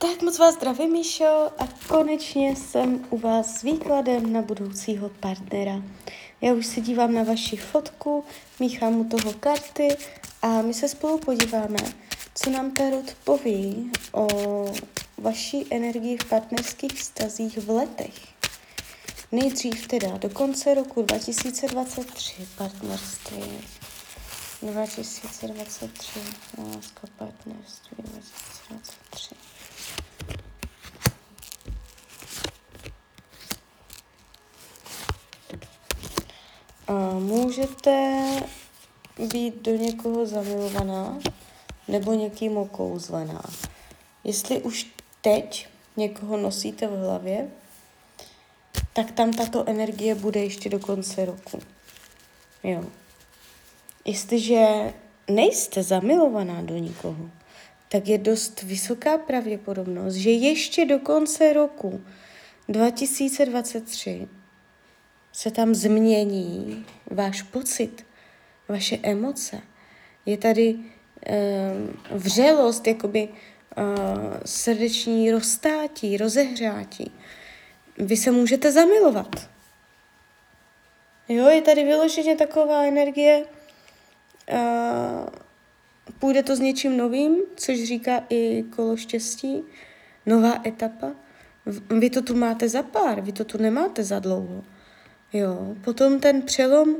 Tak moc vás zdravím, Míšo, a konečně jsem u vás s výkladem na budoucího partnera. Já už se dívám na vaši fotku, míchám u toho karty a my se spolu podíváme, co nám Tarot poví o vaší energii v partnerských vztazích v letech. Nejdřív teda do konce roku 2023 partnerství. 2023, láska, partnerství, 2023. Můžete být do někoho zamilovaná nebo někým okouzlená. Jestli už teď někoho nosíte v hlavě, tak tam tato energie bude ještě do konce roku. Jo. Jestliže nejste zamilovaná do nikoho, tak je dost vysoká pravděpodobnost, že ještě do konce roku 2023 se tam změní váš pocit, vaše emoce. Je tady vřelost, jakoby srdeční roztátí, rozehřátí. Vy se můžete zamilovat. Jo, je tady vyloženě taková energie, půjde to s něčím novým, což říká i kolo štěstí, nová etapa. Vy to tu máte za pár, vy to tu nemáte za dlouho. Jo, potom ten přelom,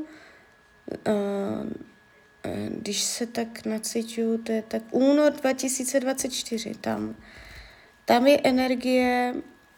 když se tak nacituju, to je tak únor 2024, tam je energie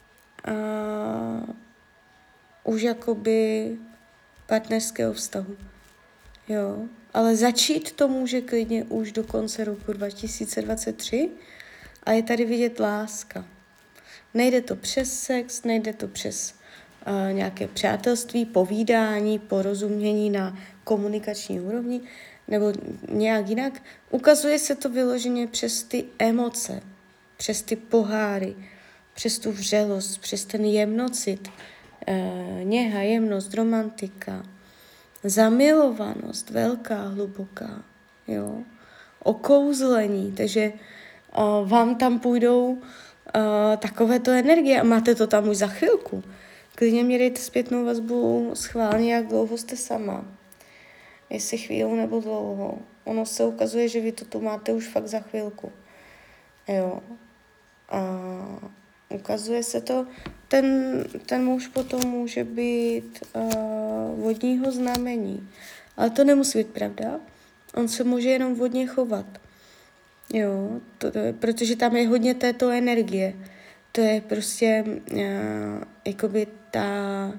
už jakoby partnerského vztahu. Jo, ale začít to může klidně už do konce roku 2023 a je tady vidět láska. Nejde to přes sex, nejde to přes nějaké přátelství, povídání, porozumění na komunikační úrovni nebo nějak jinak. Ukazuje se to vyloženě přes ty emoce, přes ty poháry, přes tu vřelost, přes ten jemnocit, něha, jemnost, romantika, zamilovanost, velká, hluboká, jo, okouzlení, takže vám tam půjdou takovéto energie a máte to tam už za chvilku. Klidně mě dejte zpětnou vazbu schválně, jak dlouho jste sama. Jestli chvíli nebo dlouho. Ono se ukazuje, že vy to tu máte už fakt za chvilku. Jo. A ukazuje se to, ten muž potom může být vodního znamení. Ale to nemusí být pravda. On se může jenom vodně chovat. Jo, protože tam je hodně této energie. To je prostě jakoby ta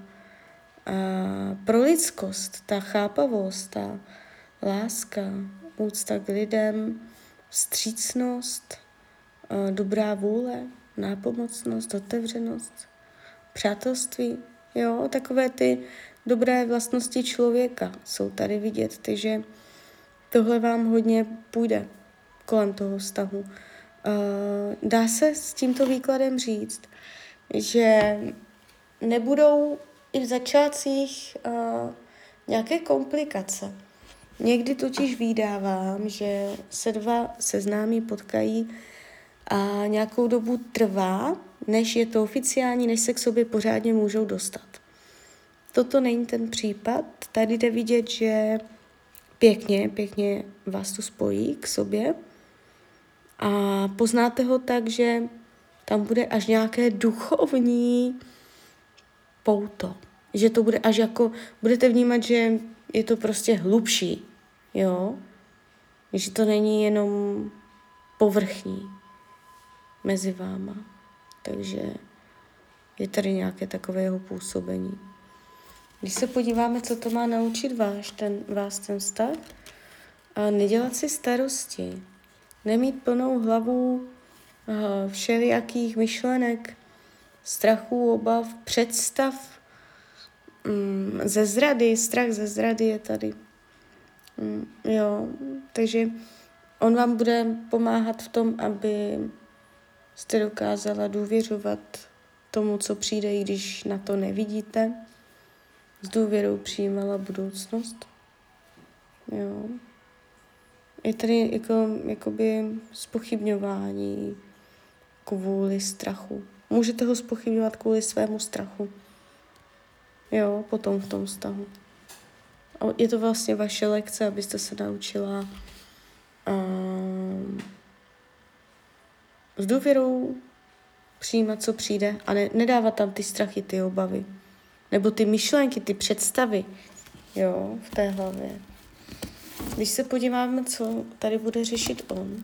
prolidskost, ta chápavost, ta láska, úcta k lidem, vstřícnost, dobrá vůle, nápomocnost, otevřenost, přátelství. Jo, takové ty dobré vlastnosti člověka jsou tady vidět, takže tohle vám hodně půjde kolem toho vztahu. Dá se s tímto výkladem říct, že nebudou i v začátcích nějaké komplikace. Někdy totiž vídávám, že se dva seznámí, potkají a nějakou dobu trvá, než je to oficiální, než se k sobě pořádně můžou dostat. Toto není ten případ. Tady jde vidět, že pěkně vás to spojí k sobě a poznáte ho tak, že tam bude až nějaké duchovní pouto. Že to bude až jako, budete vnímat, že je to prostě hlubší, jo? Že to není jenom povrchní mezi váma. Takže je tady nějaké takové jeho působení. Když se podíváme, co to má naučit vás ten vztah, a nedělat si starosti, nemít plnou hlavu všelijakých myšlenek, strachů, obav, představ, ze zrady, strach ze zrady je tady. Jo, takže on vám bude pomáhat v tom, aby jste dokázala důvěřovat tomu, co přijde, i když na to nevidíte. S důvěrou přijímala budoucnost. Jo. Je tady jakoby zpochybňování kvůli strachu. Můžete ho zpochybňovat kvůli svému strachu. Jo, potom v tom vztahu. A je to vlastně vaše lekce, abyste se naučila s důvěrou přijímat, co přijde a nedávat tam ty strachy, ty obavy. Nebo ty myšlenky, ty představy, jo, v té hlavě. Když se podíváme, co tady bude řešit on,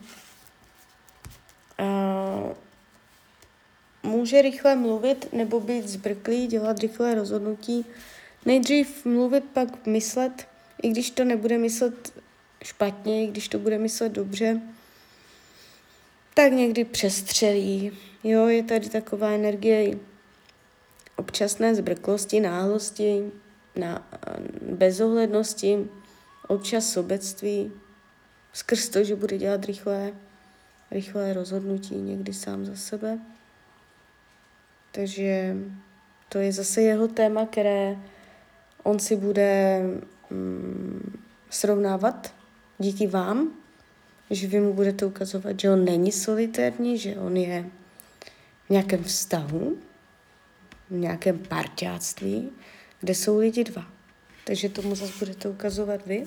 může rychle mluvit nebo být zbrklý, dělat rychlé rozhodnutí. Nejdřív mluvit, pak myslet, i když to nebude myslet špatně, i když to bude myslet dobře, tak někdy přestřelí. Jo, je tady taková energie občasné zbrklosti, náhlosti, bezohlednosti, občas sobectví, skrz to, že bude dělat rychlé rozhodnutí někdy sám za sebe. Takže to je zase jeho téma, které on si bude srovnávat díky vám, že vy mu budete ukazovat, že on není solitérní, že on je v nějakém vztahu, v nějakém parťáctví, kde jsou lidi dva. Takže tomu zase budete ukazovat vy.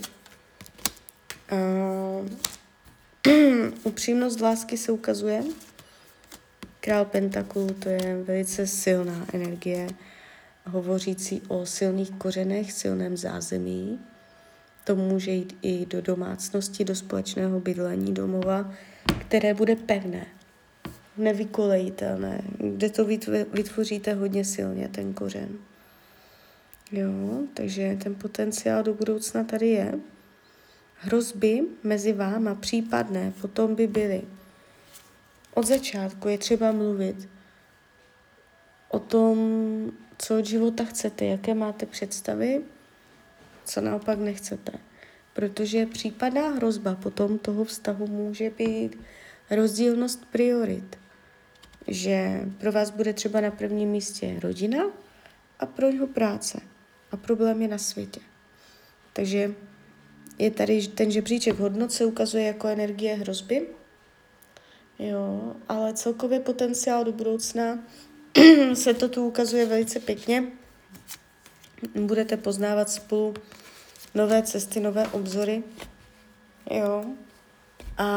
Upřímnost lásky se ukazuje. Král pentaklů, to je velice silná energie, hovořící o silných kořenech, silném zázemí. To může jít i do domácnosti, do společného bydlení domova, které bude pevné, nevykolejitelné, kde to vytvoříte hodně silně, ten kořen. Jo, takže ten potenciál do budoucna tady je. Hrozby mezi váma případné potom by byly. Od začátku je třeba mluvit o tom, co od života chcete, jaké máte představy, co naopak nechcete. Protože případná hrozba potom toho vztahu může být rozdílnost priorit. Že pro vás bude třeba na prvním místě rodina a pro něho práce. A problém je na světě. Takže je tady ten žebříček hodnot, se ukazuje jako energie hrozby. Jo, ale celkově potenciál do budoucna se to tu ukazuje velice pěkně. Budete poznávat spolu nové cesty, nové obzory. Jo. A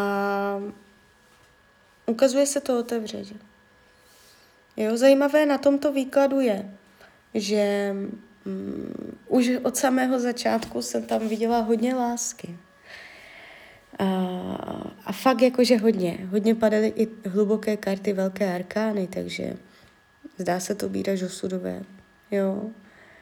ukazuje se to otevřeně. Jo, zajímavé na tomto výkladu je, že už od samého začátku jsem tam viděla hodně lásky. A fakt jakože hodně padaly i hluboké karty velké arkány, takže zdá se to být až osudové. Jo.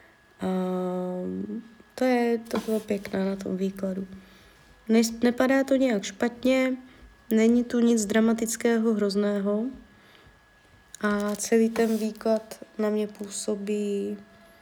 To bylo pěkné na tom výkladu. Nepadá to nějak špatně, není tu nic dramatického, hrozného a celý ten výklad na mě působí,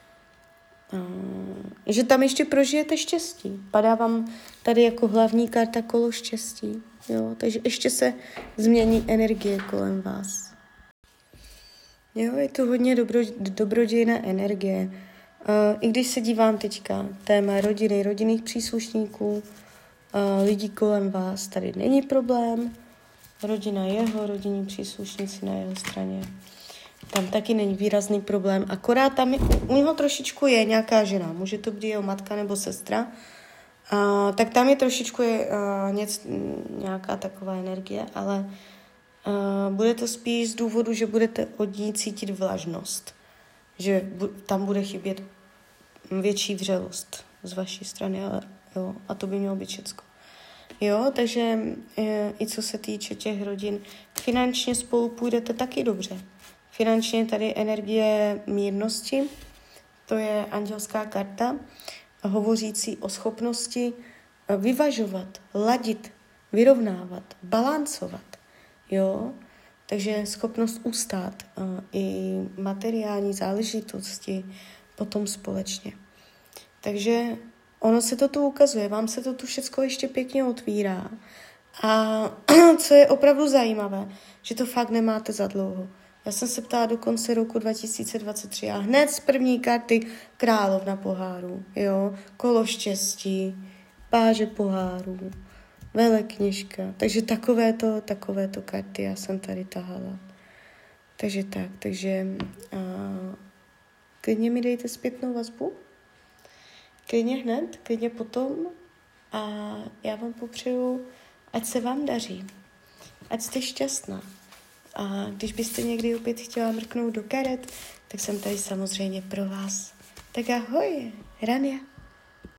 že tam ještě prožijete štěstí. Padá vám tady jako hlavní karta kolo štěstí. Jo? Takže ještě se změní energie kolem vás. Jo, je tu hodně dobrodějné energie. I když se dívám teďka téma rodiny, rodinných příslušníků, lidí kolem vás, tady není problém. Rodina jeho, rodinní příslušníci na jeho straně. Tam taky není výrazný problém, akorát tam u něho trošičku je nějaká žena, může to být jeho matka nebo sestra, tak tam je trošičku nějaká taková energie, ale bude to spíš z důvodu, že budete od ní cítit vlažnost, že tam bude chybět větší vřelost z vaší strany, ale jo, a to by mělo být všecko. Jo, takže i co se týče těch rodin, finančně spolu půjdete taky dobře. Finančně tady energie mírnosti, to je andělská karta, hovořící o schopnosti vyvažovat, ladit, vyrovnávat, balancovat. Jo? Takže schopnost ustát i materiální záležitosti potom společně. Takže ono se to tu ukazuje, vám se to tu všecko ještě pěkně otvírá. A co je opravdu zajímavé, že to fakt nemáte za dlouho. Já jsem se ptala do konce roku 2023 a hned z první karty královna pohárů, jo, kolo štěstí, páže pohárů, velekněžka. Takže takovéto karty já jsem tady tahala. takže klidně mi dejte zpětnou vazbu, klidně hned, klidně potom a já vám popřeju, ať se vám daří, ať jste šťastná. A když byste někdy opět chtěla mrknout do karet, tak jsem tady samozřejmě pro vás. Tak ahoj, Rania.